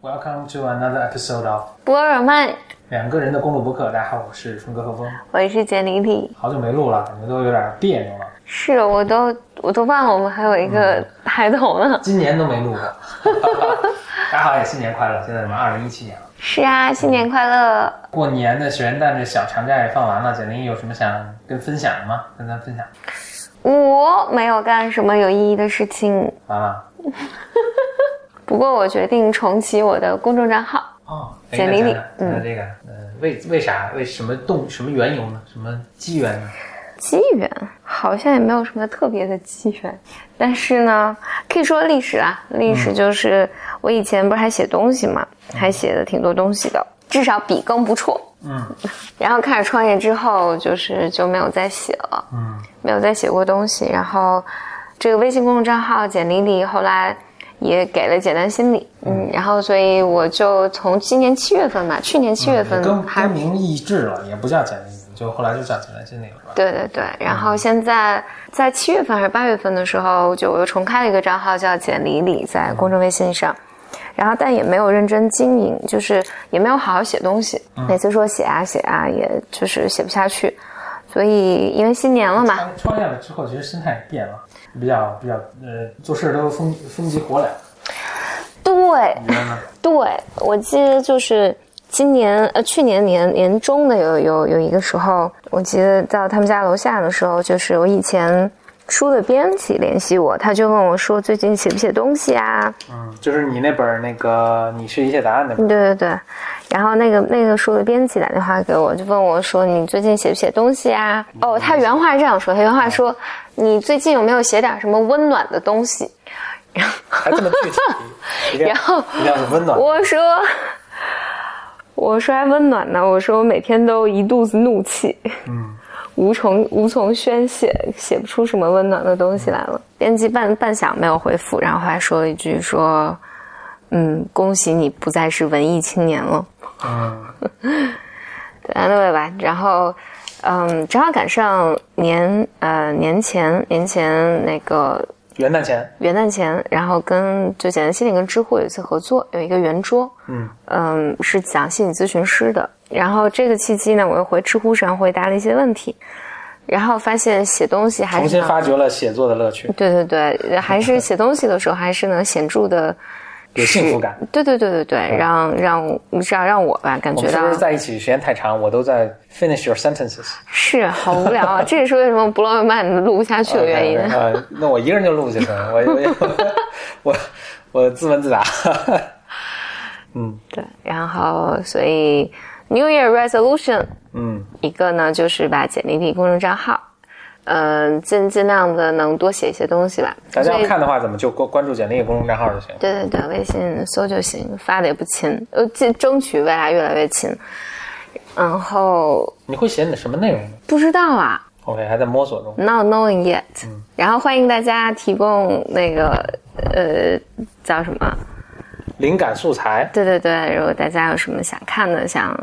Welcome to another episode of 博尔曼， 两个人的公路博客。大家好，我是峰哥何峰， 我是简丽丽。 好久没录了，感觉都有点别扭了。 是，我都忘了我们还有一个抬头呢。 今年都没录过。大家好，也新年快乐！现在什么2017年了？ 是啊，新年快乐！ 过年的元旦这小长假也放完了，简丽有什么想跟分享的吗？跟咱分享。 我没有干什么有意义的事情。 完了。 不过我决定重启我的公众账号。 哦， 简丽丽。 这个为啥？为什么什么缘由呢？什么机缘呢？ 机缘好像也没有什么特别的机缘，但是呢，可以说历史啦。历史就是我以前不是还写东西嘛，还写的挺多东西的，至少笔耕不辍。然后开始创业之后，就没有再写了。没有再写过东西。然后这个微信公众账号简丽丽后来也给了简单心理。然后所以我就从今年7月份吧，去年7月份更名易志了，也不叫简丽丽，就后来就叫简单心理了，是吧？ 对对对。然后现在在7月份还是8月份的时候，我又重开了一个账号叫简丽丽，在公众微信上。然后但也没有认真经营，就是也没有好好写东西。每次说写啊，也就是写不下去。所以因为新年了嘛， 创业了之后，其实心态也变了，比较做事都风急火燎。 对，对，我记得就是去年年中的有一个时候，我记得到他们家楼下的时候，就是我以前书的编辑联系我，他就问我说最近写不写东西啊？ 就是你那本你是一切答案那本。 对对对。然后那个书的编辑打电话给我，就问我说你最近写不写东西啊？他原话是这样说，他原话说你最近有没有写点什么温暖的东西？ 还这么具体？ 然后一定要是温暖。 我说还温暖呢，我说我每天都一肚子怒气。无从宣泄，写不出什么温暖的东西来了。编辑半晌没有回复，然后还说了一句说恭喜你不再是文艺青年了。对，anyway吧。然后正好赶上年前那个元旦前， 然后就简单心理跟知乎有一次合作，有一个圆桌。是讲心理咨询师的。然后这个契机呢，我又回知乎上回答了一些问题，然后发现写东西还是重新发掘了写作的乐趣。 对对对，还是写东西的时候还是能显著的有幸福感。 对对对对对，让我吧感觉到。 我们是不是在一起时间太长，我都在 finish your sentences。是， 好无聊啊！这也是为什么 Blow Your Mind 录不下去的原因。 那我一个人就录下去了，我自问自答。 对，然后所以 New Year Resolution， 一个呢就是把简丽丽公众账号，尽量的能多写一些东西吧。 大家要看的话，怎么就关注简丽丽公众账号就行。 对对对，微信搜就行，发的也不勤，争取未来越来越勤。然后你会写你的什么内容呢？ 不知道啊。 OK， 还在摸索中。 Not knowing yet。然后欢迎大家提供那个叫什么？ 灵感素材。对对对，如果大家有什么想看的、想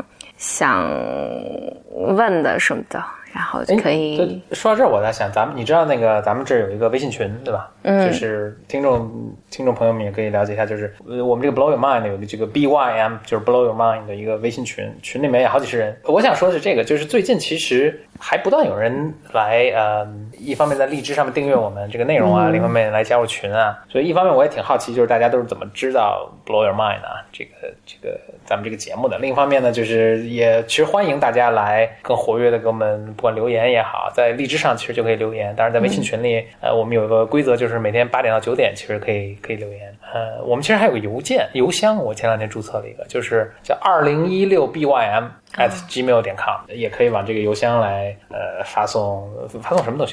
问的什么的，然后就可以。 说到这儿，我在想，你知道那个咱们这儿有一个微信群，对吧？就是听众朋友们也可以了解一下，就是我们这个 Blow Your Mind 有这个 BYM， 就是 Blow Your Mind 的一个微信群，群里面有好几十人。我想说的是这个，就是最近其实还不断有人来一方面在荔枝上面订阅我们这个内容啊，另一方面来加入群啊。所以一方面我也挺好奇，就是大家都是怎么知道 Blow Your Mind 啊这个咱们这个节目的。另一方面呢，就是也其实欢迎大家来更活跃的给我们不管留言也好，在荔枝上其实就可以留言，当然在微信群里我们有一个规则，就是每天8点到9点其实可以留言。我们其实还有个邮箱，我前2天注册了一个，就是叫2016bym@gmail.com， 也可以往这个邮箱来发送什么都行。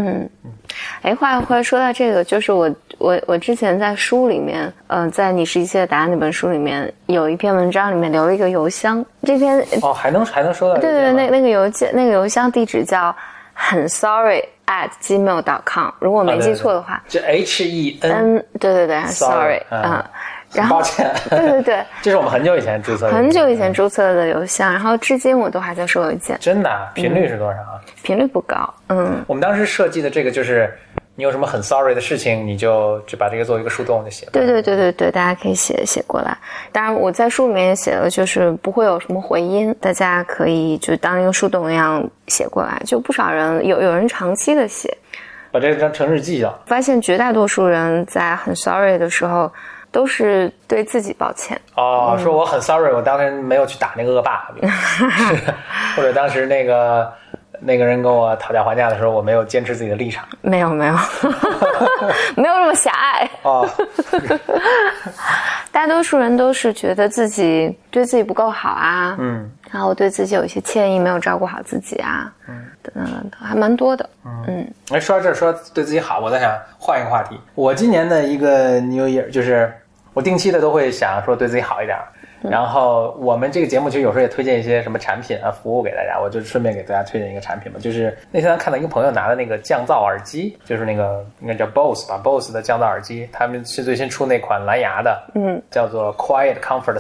话说到这个，就是我之前在书里面在你是一切答案那本书里面有一篇文章里面留了一个邮箱，这篇还能说到。 对对对，那个邮箱地址叫很 sorry@gmail.com， 如果没记错的话， 这 HEN。对对对 sorry。然后抱歉。 对对对， 这是我们很久以前注册的邮箱，然后至今我都还在收邮件。 真的？频率是多少啊？ 频率不高。 我们当时设计的这个就是你有什么很 sorry 的事情，你就把这个作为一个树洞就写。 对，大家可以写过来。当然我在书里面也写了，就是不会有什么回音，大家可以就当一个树洞一样写过来。就不少人有人长期的写， 把这个成日记了。 发现绝大多数人在很 sorry 的时候都是对自己抱歉。 说我很 sorry， 我当时没有去打那个恶霸，或者当时那个人跟我讨价还价的时候，我没有坚持自己的立场。没有没有这么狭隘。大多数人都是觉得自己对自己不够好啊，然后对自己有一些歉意，没有照顾好自己啊，等等，还蛮多的。说到这儿，说对自己好，我在想换一个话题。我今年的一个 New Year 就是我定期的都会想说对自己好一点。然后我们这个节目其实有时候也推荐一些什么产品啊服务给大家，我就顺便给大家推荐一个产品嘛，就是那天看到一个朋友拿的那个降噪耳机，就是那个应该叫 Bose 吧 ，Bose 的降噪耳机，他们是最新出那款蓝牙的，叫做 Quiet Comfort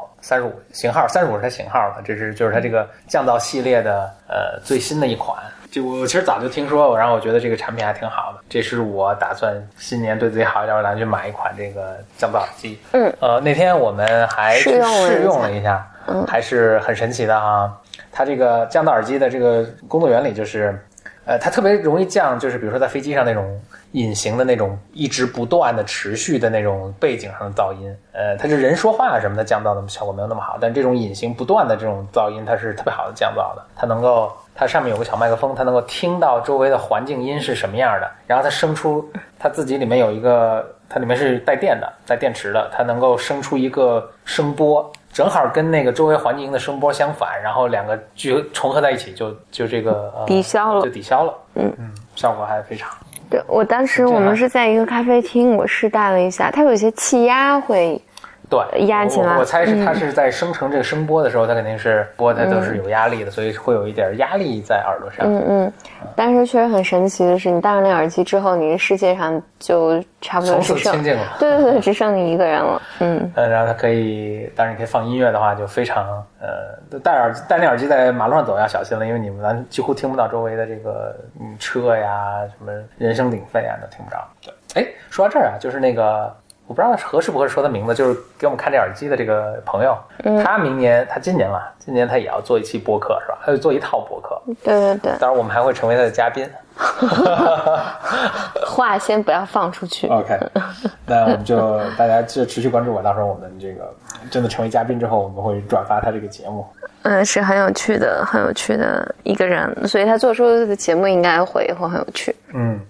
35型号，35是它型号的，就是它这个降噪系列的最新的一款。就我其实早就听说，然后我觉得这个产品还挺好的，这是我打算新年对自己好一点，我打算去买一款这个降噪耳机。那天我们还去试用了一下，还是很神奇的啊。它这个降噪耳机的这个工作原理就是，它特别容易降，就是比如说在飞机上那种隐形的那种一直不断的持续的那种背景上的噪音，它是人说话什么的降噪的效果没有那么好，但这种隐形不断的这种噪音它是特别好的降噪的，它上面有个小麦克风，它能够听到周围的环境音是什么样的，然后它生出它自己里面有一个，它里面是带电的，带电池的，它能够生出一个声波，正好跟那个周围环境音的声波相反，然后两个就重合在一起，就这个抵消了， 就抵消了。效果还非常。 对，我当时我们是在一个咖啡厅，我试戴了一下，它有一些气压会。对，压进来。我猜是它是在生成这个声波的时候，它肯定是波，它都是有压力的，所以会有一点压力在耳朵上。但是确实很神奇的是，你戴上那耳机之后，你的世界上就差不多只剩从此清静了。对，只剩你一个人了。 然后它可以，当然你可以放音乐的话，就非常戴那耳机在马路上走要小心了，因为你们几乎听不到周围的这个车呀、什么人声鼎沸啊都听不着。对，说到这儿啊，就是那个。我不知道合适不合适说他名字，就是给我们看这耳机的这个朋友，他今年他也要做一期播客是吧？他要做一套播客。对。当然我们还会成为他的嘉宾。 话先不要放出去。 OK， 那我们就大家就持续关注我，到时候我们这个真的成为嘉宾之后，我们会转发他这个节目。 是很有趣的一个人，所以他做出的节目应该会很有趣。